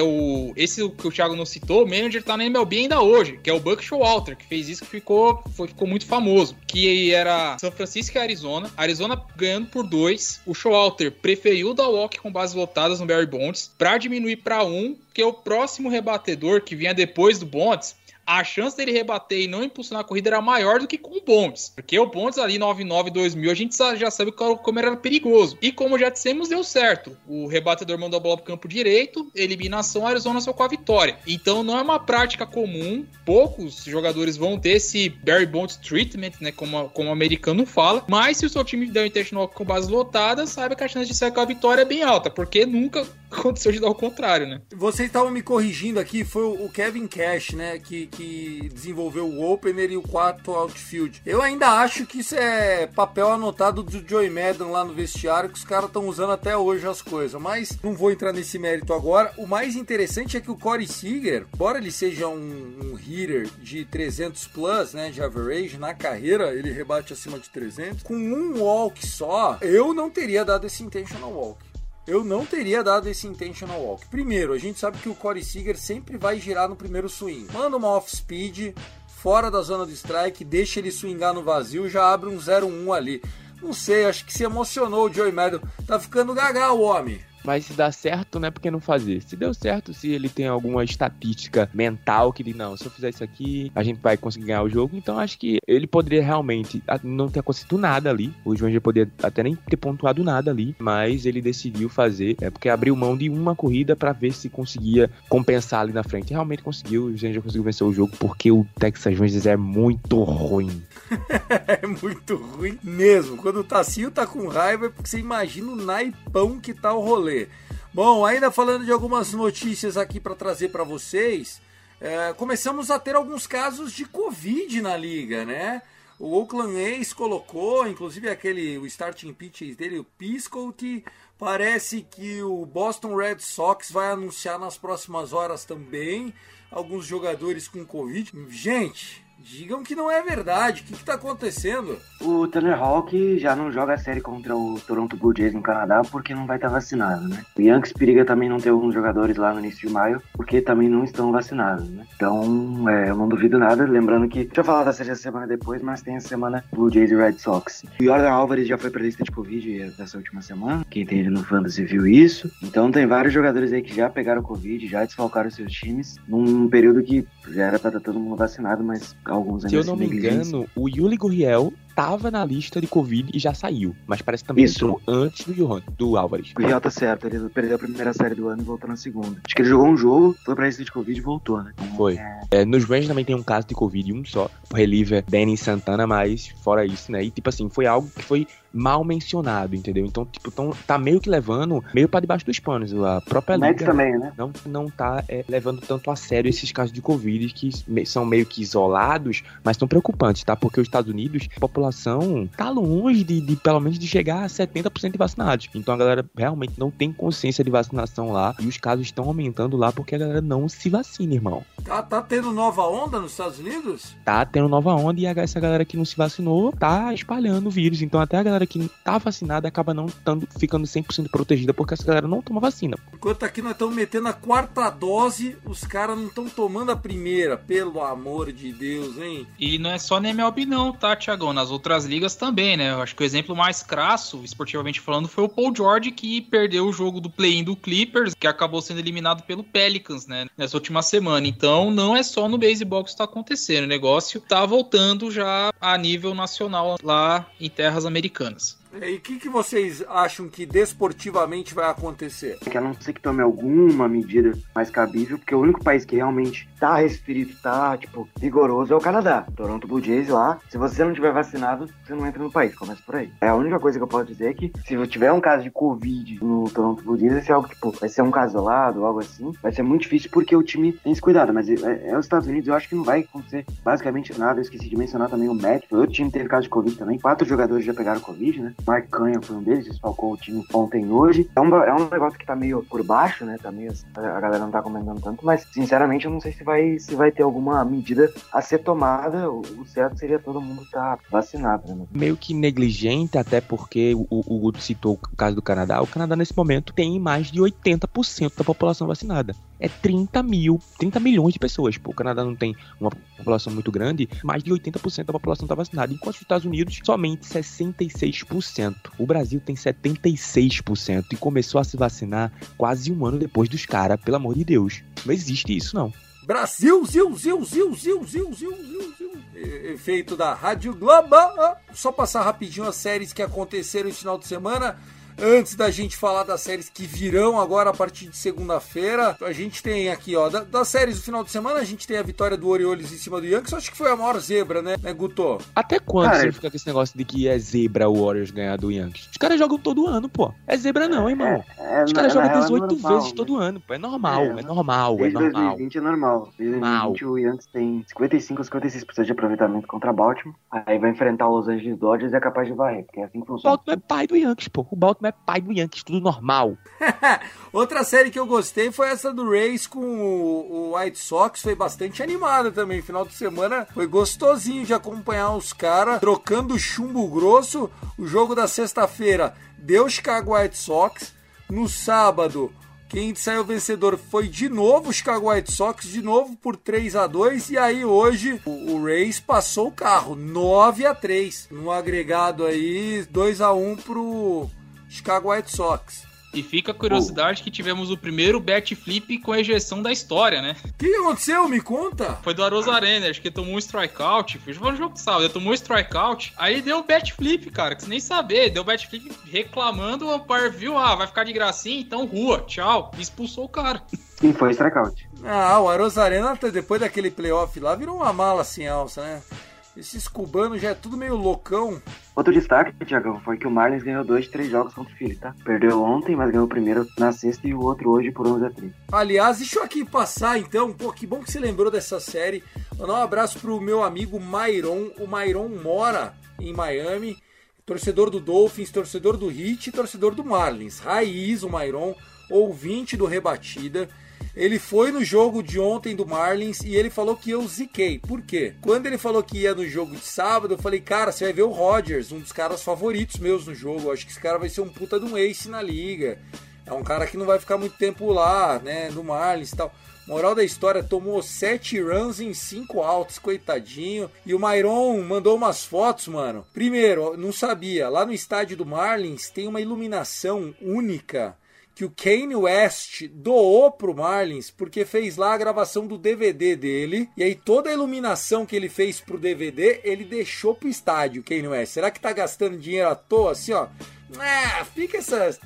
esse que o Thiago não citou, o manager tá na MLB ainda hoje, que é o Buck Showalter, que fez isso, que ficou muito famoso, que era São Francisco e Arizona ganhando por 2, o Showalter preferiu dar walk com bases lotadas no Barry Bonds para diminuir para 1, porque o próximo rebatedor que vinha depois do Bonds, a chance dele rebater e não impulsionar a corrida era maior do que com o Bonds. Porque o Bonds ali 99 2000, a gente já sabe como era perigoso. E como já dissemos, deu certo. O rebatedor mandou a bola pro campo direito, eliminação, a Arizona saiu com a vitória. Então não é uma prática comum, poucos jogadores vão ter esse Barry Bonds treatment, né, como o americano fala. Mas se o seu time der um intentional com bases lotadas, saiba que a chance de sair com a vitória é bem alta, porque nunca aconteceu de dar o contrário, né? Vocês estavam me corrigindo aqui, foi o Kevin Cash, né, que desenvolveu o opener e o quarto outfield. Eu ainda acho que isso é papel anotado do Joey Maddon lá no vestiário, que os caras estão usando até hoje as coisas, mas não vou entrar nesse mérito agora. O mais interessante é que o Corey Seager, embora ele seja um hitter de 300 plus, né, de average, na carreira ele rebate acima de 300, com um walk só, eu não teria dado esse intentional walk. Primeiro, a gente sabe que o Corey Seager sempre vai girar no primeiro swing. Manda uma off-speed, fora da zona do strike, deixa ele swingar no vazio, já abre um 0-1 ali. Não sei, acho que se emocionou o Joey Maddon. Tá ficando gaga o homem. Mas se dá certo, não é porque não fazer. Se deu certo, se ele tem alguma estatística mental que diz, não, se eu fizer isso aqui, a gente vai conseguir ganhar o jogo. Então acho que ele poderia realmente não ter acontecido nada ali. O João já poderia até nem ter pontuado nada ali, mas ele decidiu fazer, porque abriu mão de uma corrida pra ver se conseguia compensar ali na frente. E realmente conseguiu, o João já conseguiu vencer o jogo, porque o Texas Rangers é muito ruim. É muito ruim mesmo. Quando o Tassinho tá com raiva é porque você imagina o naipão que tá o rolê. Bom, ainda falando de algumas notícias aqui para trazer para vocês, começamos a ter alguns casos de Covid na liga, né? O Oakland A's colocou, inclusive o starting pitcher dele, o Piscotty. Parece que o Boston Red Sox vai anunciar nas próximas horas também alguns jogadores com Covid. Gente, digam que não é verdade. O que está acontecendo? O Tanner Houck já não joga a série contra o Toronto Blue Jays no Canadá porque não vai estar vacinado, né? O Yankees periga também não ter alguns jogadores lá no início de maio porque também não estão vacinados, né? Então, eu não duvido nada. Lembrando que, deixa eu falar da sexta semana depois, mas tem a semana Blue Jays e Red Sox. O Jordan Álvares já foi pra lista de Covid dessa última semana. Quem tem ele no Fantasy viu isso. Então tem vários jogadores aí que já pegaram Covid, já desfalcaram seus times num período que já era pra estar todo mundo vacinado, mas alguns ainda se eu não me engano, o Yuli Gurriel tava na lista de Covid e já saiu. Mas parece que também entrou antes do Álvares. O Riel tá certo, ele perdeu a primeira série do ano e voltou na segunda. Acho que ele jogou um jogo, foi pra lista de Covid e voltou, né? Foi. Nos Rangers também tem um caso de Covid, um só. O reliever Benny Santana, mas fora isso, né? E tipo assim, foi algo que foi mal mencionado, entendeu? Então, tipo, tá meio que levando meio pra debaixo dos panos. A própria liga também, né? não tá levando tanto a sério esses casos de Covid que são meio que isolados, mas são preocupantes, tá? Porque os Estados Unidos, a população tá longe de pelo menos de chegar a 70% de vacinados. Então a galera realmente não tem consciência de vacinação lá e os casos estão aumentando lá porque a galera não se vacina, irmão. Tá tendo nova onda nos Estados Unidos? Tá tendo nova onda e essa galera que não se vacinou tá espalhando o vírus. Então até a galera que tá vacinada acaba não ficando 100% protegida porque essa galera não toma vacina. Enquanto aqui nós estamos metendo a 4ª dose, os caras não estão tomando a primeira, pelo amor de Deus, hein? E não é só na MLB não, tá, Thiagão? Nas outras ligas também, né? Eu acho que o exemplo mais crasso, esportivamente falando, foi o Paul George, que perdeu o jogo do play-in do Clippers, que acabou sendo eliminado pelo Pelicans, né? Nessa última semana. Então, não é só no beisebol que isso tá acontecendo. O negócio tá voltando já a nível nacional lá em terras americanas. E o que vocês acham que desportivamente vai acontecer? Que a não ser que tome alguma medida mais cabível, porque o único país que realmente tá restrito, tá, tipo, rigoroso é o Canadá. Toronto Blue Jays lá, se você não tiver vacinado, você não entra no país, começa por aí. A única coisa que eu posso dizer é que se tiver um caso de Covid no Toronto Blue Jays, vai ser algo, tipo, vai ser um caso isolado, algo assim, vai ser muito difícil porque o time tem esse cuidado, mas os Estados Unidos eu acho que não vai acontecer basicamente nada. Eu esqueci de mencionar também o Met, o outro time teve caso de Covid também, 4 jogadores já pegaram Covid, né? Mark Canha foi um deles, desfalcou o time ontem e hoje. É um negócio que tá meio por baixo, né? Tá meio, a galera não tá comentando tanto, mas sinceramente eu não sei se vai ter alguma medida a ser tomada. O certo seria todo mundo estar vacinado, né? Meio que negligente, até porque o Guto citou o caso do Canadá. O Canadá nesse momento tem mais de 80% da população vacinada. É 30 milhões de pessoas. Pô, o Canadá não tem uma população muito grande, mais de 80% da população tá vacinada, enquanto os Estados Unidos somente 66%. O Brasil tem 76% e começou a se vacinar quase um ano depois dos caras, pelo amor de Deus. Não existe isso, não. Brasil, efeito da Rádio Globo. Só passar rapidinho as séries que aconteceram esse final de semana. Antes da gente falar das séries que virão agora a partir de segunda-feira, a gente tem aqui, ó, das séries do final de semana, a gente tem a vitória do Orioles em cima do Yankees. Acho que foi a maior zebra, né Guto? Até quando você fica com esse negócio de que é zebra o Warriors ganhar do Yankees? Os caras jogam todo ano, pô. É zebra não, irmão. Os caras jogam 18 vezes todo ano, pô. É normal. Desde 2020 é normal. Desde 2020 o Yankees tem 55 a 56% de aproveitamento contra Baltimore. Aí vai enfrentar o Los Angeles Dodgers e é capaz de varrer, porque é assim que funciona. O Baltimore é pai do Yankees, pô. O Baltimore é pai do Yankees, tudo normal. Outra série que eu gostei foi essa do Rays com o White Sox, foi bastante animada também. Final de semana foi gostosinho de acompanhar os caras trocando chumbo grosso. O jogo da sexta-feira deu Chicago White Sox. No sábado, quem saiu vencedor foi de novo o Chicago White Sox, de novo por 3-2. E aí hoje o Rays passou o carro, 9-3. No agregado aí, 2-1 pro Chicago White Sox. E fica a curiosidade que tivemos o primeiro bat flip com ejeção da história, né? O que aconteceu? Me conta. Foi do Arozarena, acho que ele tomou um strikeout. Foi no jogo de sábado, ele tomou um strikeout. Aí deu um bat flip, cara, que você nem saber. Deu bat flip reclamando, o umpire viu, vai ficar de gracinha, então rua, tchau. E expulsou o cara. Sim, foi strikeout. O Arozarena, depois daquele playoff lá, virou uma mala sem alça, né? Esses cubanos já é tudo meio loucão. Outro destaque, Thiagão, foi que o Marlins ganhou 2 de 3 jogos contra o Phillies, tá? Perdeu ontem, mas ganhou o primeiro na sexta e o outro hoje por 11-3. Aliás, deixa eu aqui passar então, pô, que bom que você lembrou dessa série. Mandar um abraço pro meu amigo Mairon. O Mairon mora em Miami, torcedor do Dolphins, torcedor do Heat e torcedor do Marlins. Raiz, o Mairon, ouvinte do Rebatida. Ele foi no jogo de ontem do Marlins e ele falou que eu ziquei. Por quê? Quando ele falou que ia no jogo de sábado, eu falei, cara, você vai ver o Rodgers, um dos caras favoritos meus no jogo. Eu acho que esse cara vai ser um puta de um ace na liga. É um cara que não vai ficar muito tempo lá, né, no Marlins e tal. Moral da história, tomou 7 runs em 5 outs, coitadinho. E o Mairon mandou umas fotos, mano. Primeiro, não sabia, lá no estádio do Marlins tem uma iluminação única que o Kanye West doou pro Marlins porque fez lá a gravação do DVD dele, e aí toda a iluminação que ele fez pro DVD, ele deixou pro estádio, Kanye West. Será que tá gastando dinheiro à toa, assim, ó? Fica essa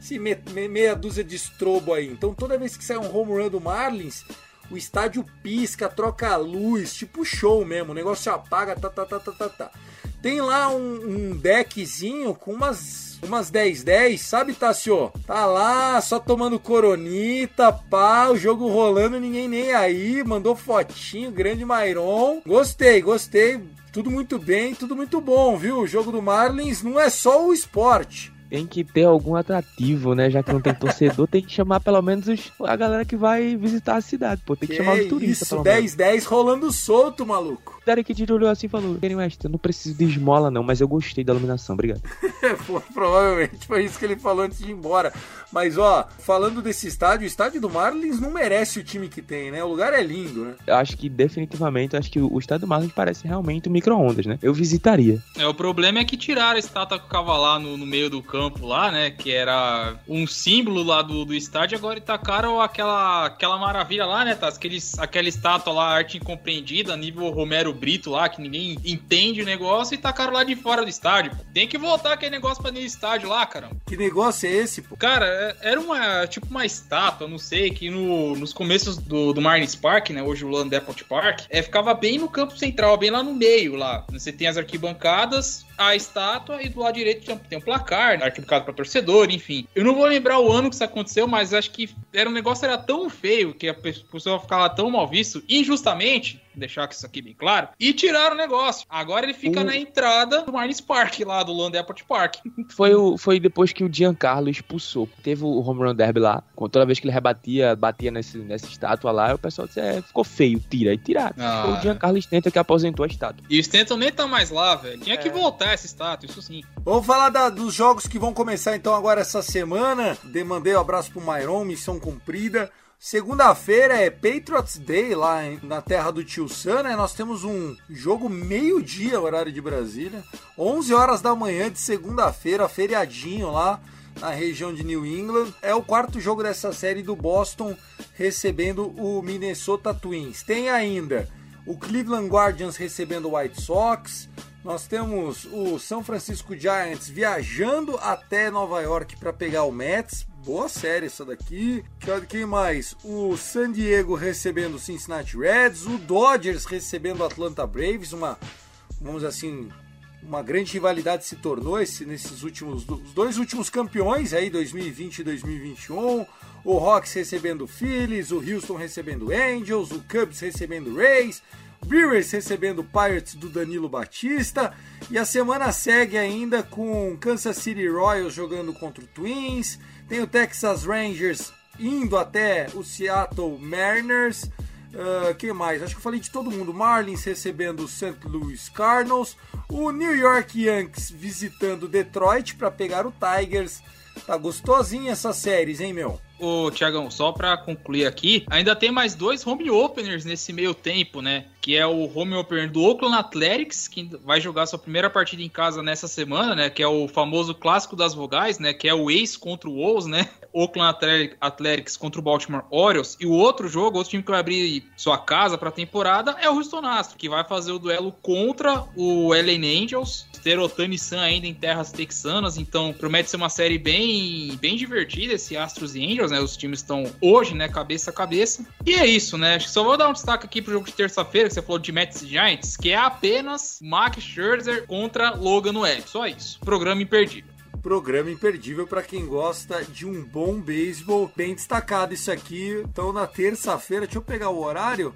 meia dúzia de estrobo aí. Então toda vez que sai um home run do Marlins, o estádio pisca, troca a luz, tipo show mesmo, o negócio apaga, tá. Tem lá um deckzinho com umas 10-10, sabe, Tassio? Tá lá, só tomando coronita, pá, o jogo rolando, ninguém nem aí, mandou fotinho, grande Myron. Gostei, tudo muito bem, tudo muito bom, viu? O jogo do Marlins não é só o esporte. Tem que ter algum atrativo, né? Já que não tem torcedor, tem que chamar pelo menos a galera que vai visitar a cidade, pô. Tem que chamar os turistas, isso, 10-10 rolando solto, maluco. Derek Jeter olhou assim e falou: Kanye West, eu não preciso de esmola não, mas eu gostei da iluminação, obrigado. Pô, provavelmente foi isso que ele falou antes de ir embora. Mas, ó, falando desse estádio, o estádio do Marlins não merece o time que tem, né? O lugar é lindo, né? Eu acho que, definitivamente, o estádio do Marlins parece realmente um micro-ondas, né? Eu visitaria. O problema é que tiraram a estátua que ficava lá no meio do campo lá, né? Que era um símbolo lá do estádio, agora tacaram aquela maravilha lá, né, Taz? Aquela estátua lá, arte incompreendida, nível Romero Brito lá, que ninguém entende o negócio, e tacaram lá de fora do estádio. Tem que voltar aquele negócio pra dentro do estádio lá, caramba. Que negócio é esse, pô? Cara, era uma estátua, não sei, que nos começos do Marlins Park, né, hoje o Land Depot Park, ficava bem no campo central, bem lá no meio, lá. Você tem as arquibancadas, a estátua, e do lado direito tem um placar, arquibancada para torcedor, enfim. Eu não vou lembrar o ano que isso aconteceu, mas acho que o negócio era tão feio, que a pessoa ficava tão mal visto, injustamente, deixar isso aqui bem claro, e tiraram o negócio. Agora ele fica na entrada do Marlins Park, lá do Land Depot Park. Foi depois que o Giancarlo expulsou. Teve o home run derby lá, toda vez que ele batia nessa estátua lá, o pessoal disse, ficou feio, tira. E tiraram. Foi o Giancarlo Stanton que aposentou a estátua. E o Stanton nem tá mais lá, velho. Tinha que voltar essa estátua, isso sim. Vamos falar dos jogos que vão começar então agora essa semana. Mandei um abraço pro Myron, missão cumprida. Segunda-feira é Patriots Day lá na terra do Tio Sam, né? Nós temos um jogo meio-dia, horário de Brasília, 11 horas da manhã de segunda-feira, feriadinho lá na região de New England. É o quarto jogo dessa série do Boston recebendo o Minnesota Twins. Tem ainda o Cleveland Guardians recebendo o White Sox. Nós temos o San Francisco Giants viajando até Nova York para pegar o Mets. Boa série essa daqui. Quem mais? O San Diego recebendo o Cincinnati Reds. O Dodgers recebendo o Atlanta Braves. Vamos dizer assim, uma grande rivalidade se tornou nesses últimos, os dois últimos campeões aí, 2020 e 2021. O Rocks recebendo o Phillies. O Houston recebendo o Angels. O Cubs recebendo o Rays. Brewers recebendo o Pirates do Danilo Batista. E a semana segue ainda com Kansas City Royals jogando contra o Twins. Tem o Texas Rangers indo até o Seattle Mariners. Quem mais? Acho que eu falei de todo mundo. Marlins recebendo o St. Louis Cardinals. O New York Yankees visitando Detroit para pegar o Tigers. Tá gostosinha essas séries, hein, meu? Ô, Thiagão, só pra concluir aqui, ainda tem mais 2 home openers nesse meio tempo, né? Que é o home opener do Oakland Athletics, que vai jogar sua primeira partida em casa nessa semana, né? Que é o famoso clássico das vogais, né? Que é o Ace contra o Wolves, né? Oakland Athletics contra o Baltimore Orioles. E o outro time que vai abrir sua casa pra temporada é o Houston Astros, que vai fazer o duelo contra o LA Angels. Ter Otani-san ainda em terras texanas, então promete ser uma série bem divertida, esse Astros e Angels, né? Os times estão hoje, né, cabeça a cabeça. E é isso, né? Acho que só vou dar um destaque aqui pro jogo de terça-feira, que você falou de Mets e Giants, que é apenas Max Scherzer contra Logan Webb. Só isso. Programa imperdível. Programa imperdível para quem gosta de um bom beisebol. Bem destacado isso aqui. Então na terça-feira, deixa eu pegar o horário.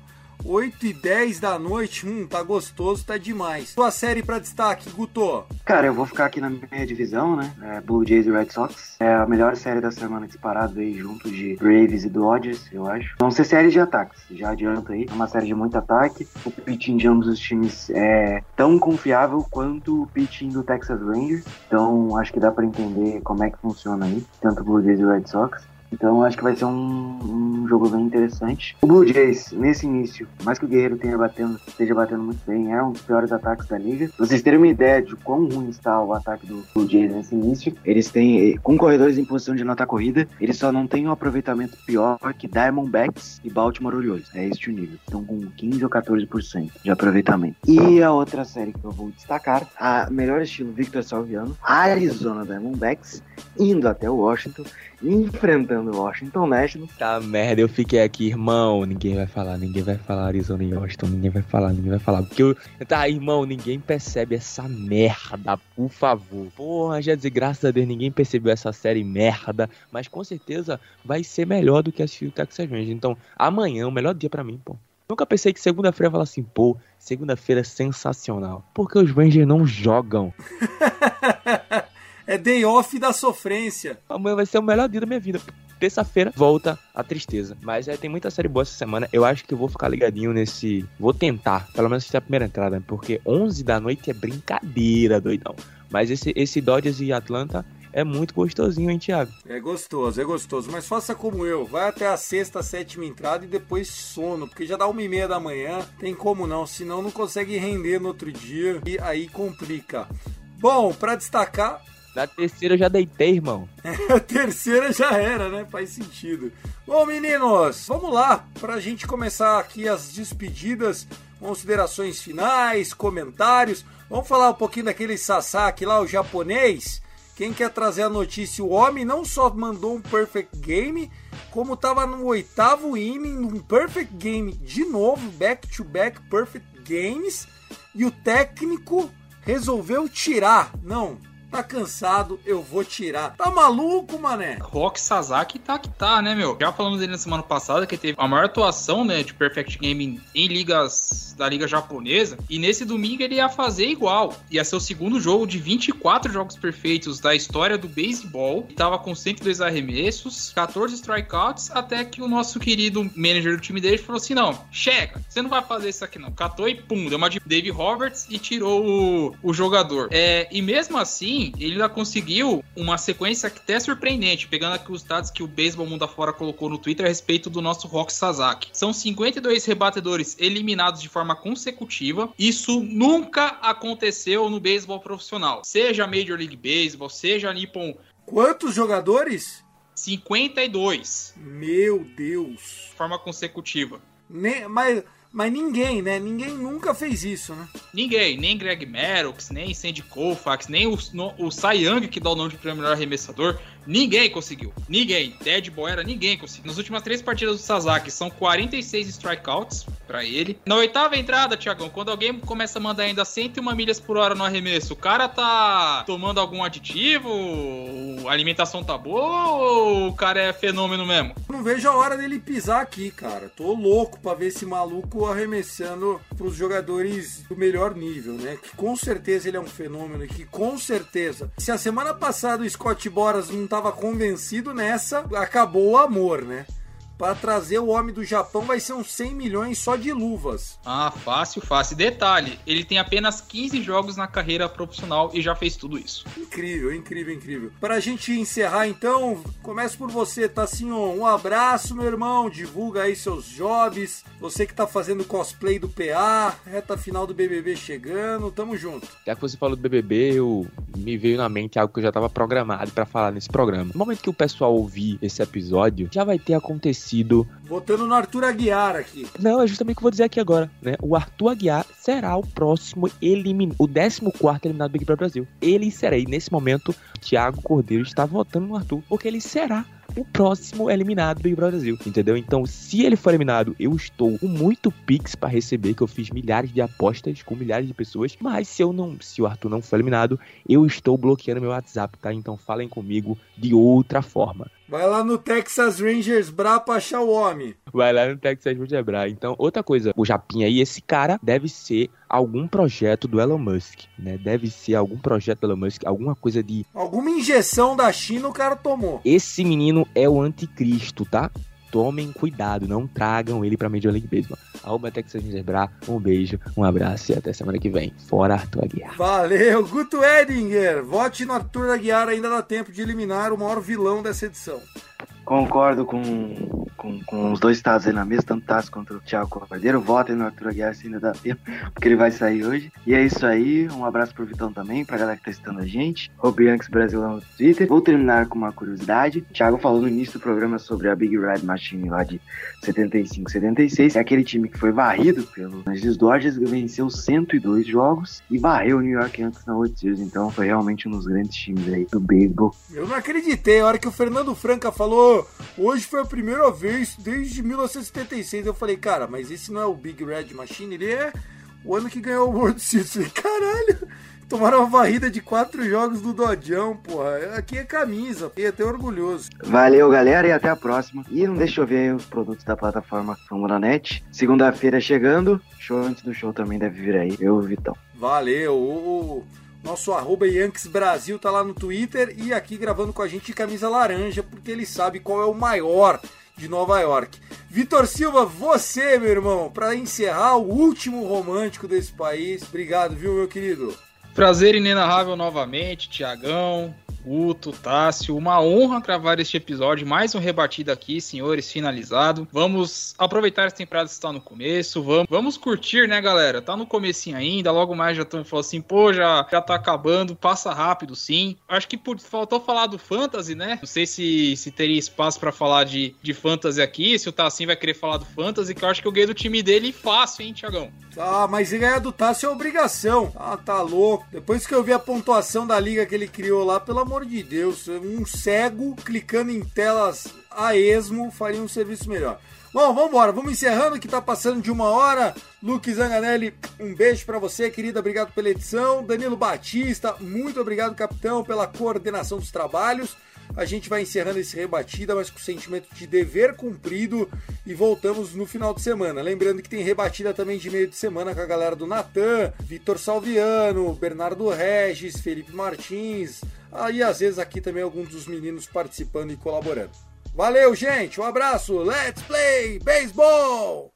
8h10 da noite, tá gostoso, tá demais. Sua série pra destaque, Guto? Cara, eu vou ficar aqui na minha divisão, né? Blue Jays e Red Sox. É a melhor série da semana disparado aí, junto de Braves e Dodgers, eu acho. Vão ser séries de ataques, já adianto aí. É uma série de muito ataque. O pitching de ambos os times é tão confiável quanto o pitching do Texas Rangers. Então, acho que dá pra entender como é que funciona aí, tanto Blue Jays e Red Sox. Então acho que vai ser um jogo bem interessante. O Blue Jays, nesse início, mais que o Guerreiro esteja batendo muito bem, é um dos piores ataques da liga. Pra vocês terem uma ideia de quão ruim está o ataque do Blue Jays nesse início, eles têm, com corredores em posição de anotar corrida, eles só não têm um aproveitamento pior que Diamondbacks e Baltimore Orioles. É este o nível. Estão com 15 ou 14% de aproveitamento. E a outra série que eu vou destacar, a melhor estilo Victor Salviano, Arizona Diamondbacks, indo até Washington, enfrentando o Washington Nationals. Tá merda, eu fiquei aqui, irmão, ninguém vai falar Arizona e Washington, ninguém vai falar, porque tá, irmão, ninguém percebe essa merda, por favor. Porra, já dizer, graças a Deus, ninguém percebeu essa série merda, mas com certeza vai ser melhor do que assistir o Texas Rangers. Então, amanhã, o melhor dia pra mim, pô. Nunca pensei que segunda-feira eu falar assim, pô, segunda-feira é sensacional, porque os Rangers não jogam. É day off da sofrência. Amanhã vai ser o melhor dia da minha vida. Terça-feira volta a tristeza. Mas tem muita série boa essa semana. Eu acho que eu vou ficar ligadinho nesse... Vou tentar, pelo menos assistir a primeira entrada, né? Porque 11 da noite é brincadeira, doidão. Mas esse Dodgers e Atlanta é muito gostosinho, hein, Thiago? É gostoso. Mas faça como eu. Vai até a sexta, sétima entrada e depois sono. Porque já dá 1h30 da manhã. Tem como não. Senão não consegue render no outro dia. E aí complica. Bom, pra destacar... Na terceira eu já deitei, irmão. A terceira já era, né? Faz sentido. Bom, meninos, vamos lá. Pra gente começar aqui as despedidas, considerações finais, comentários. Vamos falar um pouquinho daquele Sasaki lá, o japonês. Quem quer trazer a notícia? O homem não só mandou um perfect game, como tava no 8º inning, num perfect game de novo, back-to-back perfect games. E o técnico resolveu tirar. Não. Tá cansado, eu vou tirar. Tá maluco, mané? Roki Sasaki tá que tá, né, meu? Já falamos dele na semana passada, que teve a maior atuação, né, de Perfect Game em ligas da liga japonesa. E nesse domingo ele ia fazer igual. Ia ser o segundo jogo de 24 jogos perfeitos da história do beisebol. Tava com 102 arremessos, 14 strikeouts, até que o nosso querido manager do time dele falou assim, não, chega, você não vai fazer isso aqui não. Catou e pum, deu uma de Dave Roberts e tirou o jogador. E mesmo assim, ele ainda conseguiu uma sequência até surpreendente, pegando aqui os dados que o Beisebol Mundo Afora colocou no Twitter a respeito do nosso Roki Sasaki. São 52 rebatedores eliminados de forma consecutiva. Isso nunca aconteceu no beisebol profissional. Seja Major League Baseball, seja Nippon. Quantos jogadores? 52. Meu Deus. De forma consecutiva. Mas ninguém, né? Ninguém nunca fez isso, né? Ninguém. Nem Greg Maddux, nem Sandy Koufax, nem o Cy Young, que dá o nome de primeiro melhor arremessador. Ninguém conseguiu. Ninguém. Ted Boera, ninguém conseguiu. Nas últimas 3 partidas do Sasaki, são 46 strikeouts pra ele. Na 8ª entrada, Thiagão, quando alguém começa a mandar ainda 101 milhas por hora no arremesso, o cara tá tomando algum aditivo? A alimentação tá boa ou o cara é fenômeno mesmo? Não vejo a hora dele pisar aqui, cara. Tô louco pra ver esse maluco arremessando pros jogadores do melhor nível, né? Que com certeza ele é um fenômeno e que com certeza, se a semana passada o Scott Boras não tava convencido nessa, acabou o amor, né? Para trazer o homem do Japão vai ser uns 100 milhões só de luvas. Ah, fácil. Detalhe, ele tem apenas 15 jogos na carreira profissional e já fez tudo isso. Incrível. Pra gente encerrar então, começo por você, Tassinho. Um abraço, meu irmão. Divulga aí seus jobs. Você que tá fazendo cosplay do PA, reta final do BBB chegando. Tamo junto. Já que você falou do BBB, me veio na mente algo que eu já tava programado pra falar nesse programa. No momento que o pessoal ouvir esse episódio, já vai ter acontecido. Votando no Arthur Aguiar aqui. Não, é justamente o que eu vou dizer aqui agora, né? O Arthur Aguiar será o próximo o 14º eliminado do Big Brother Brasil. Ele será, e nesse momento, Thiago Cordeiro está votando no Arthur, porque ele será o próximo eliminado do Big Brother Brasil, entendeu? Então, se ele for eliminado, eu estou com muito pix para receber, que eu fiz milhares de apostas com milhares de pessoas, mas se o Arthur não for eliminado, eu estou bloqueando meu WhatsApp, tá? Então, falem comigo de outra forma. Vai lá no Texas Rangers Bra pra achar o homem. Vai lá no Texas Rangers Bra. Então, outra coisa, o Japinha aí, esse cara deve ser algum projeto do Elon Musk, né? Deve ser algum projeto do Elon Musk, alguma coisa de... Alguma injeção da China o cara tomou. Esse menino é o anticristo, tá? Tomem cuidado, não tragam ele pra Major League Baseball. Texas Rangers Bra, um beijo, um abraço e até semana que vem. Fora Arthur Aguiar. Valeu, Guto Edinger. Vote no Arthur Aguiar, ainda dá tempo de eliminar o maior vilão dessa edição. Concordo com os dois estados aí na mesa, tanto o Tassi quanto o Thiago Cordeiro. Votem no Arthur Aguiar se ainda dá tempo, porque ele vai sair hoje. E é isso aí, um abraço pro Vitão também, pra galera que tá assistindo a gente. Robianx Brasilão no Twitter. Vou terminar com uma curiosidade. O Thiago falou no início do programa sobre a Big Red Machine lá de 75, 76. É aquele time que foi varrido pelo Angeles Dodgers, venceu 102 jogos e varreu o New York Yankees na World Series. Então foi realmente um dos grandes times aí do beisebol. Eu não acreditei, a hora que o Fernando Franca falou, hoje foi a primeira vez desde 1976, eu falei, cara, mas esse não é o Big Red Machine, ele é o ano que ganhou o World Series. Eu falei, caralho, tomaram uma varrida de 4 jogos do Dodjão, porra, aqui é camisa, fiquei até orgulhoso. Valeu, galera, e até a próxima. E não deixa eu ver aí os produtos da plataforma Fambonanet. Segunda-feira chegando, show antes do show também deve vir aí, eu e o Vitão. Valeu, o nosso @Yankees Brasil tá lá no Twitter e aqui gravando com a gente de camisa laranja, porque ele sabe qual é o maior de Nova York. Vitor Silva, você, meu irmão, para encerrar o último romântico desse país. Obrigado, viu, meu querido? Prazer inenarrável novamente, Tiagão, Guto, Tássio, uma honra gravar este episódio, mais um rebatido aqui, senhores, finalizado. Vamos aproveitar essa temporada que está no começo, vamos curtir, né, galera? Tá no comecinho ainda, logo mais já estamos falando assim, pô, já tá acabando, passa rápido, sim. Acho que faltou falar do Fantasy, né? Não sei se teria espaço pra falar de Fantasy aqui, se o Tassinho vai querer falar do Fantasy, que eu acho que eu ganhei do time dele fácil, hein, Tiagão? Ah, mas ganhar do Tássio é obrigação. Ah, tá louco. Depois que eu vi a pontuação da liga que ele criou lá, pelo amor de Deus, um cego clicando em telas a esmo faria um serviço melhor. Bom, vambora, vamos encerrando que tá passando de 1 hora. Luke Zanganelli, um beijo pra você, querida, obrigado pela edição. Danilo Batista, muito obrigado, capitão, pela coordenação dos trabalhos. A gente vai encerrando esse rebatida, mas com o sentimento de dever cumprido, e voltamos no final de semana. Lembrando que tem rebatida também de meio de semana com a galera do Natan, Vitor Salviano, Bernardo Regis, Felipe Martins, e às vezes aqui também alguns dos meninos participando e colaborando. Valeu, gente, um abraço, let's play baseball!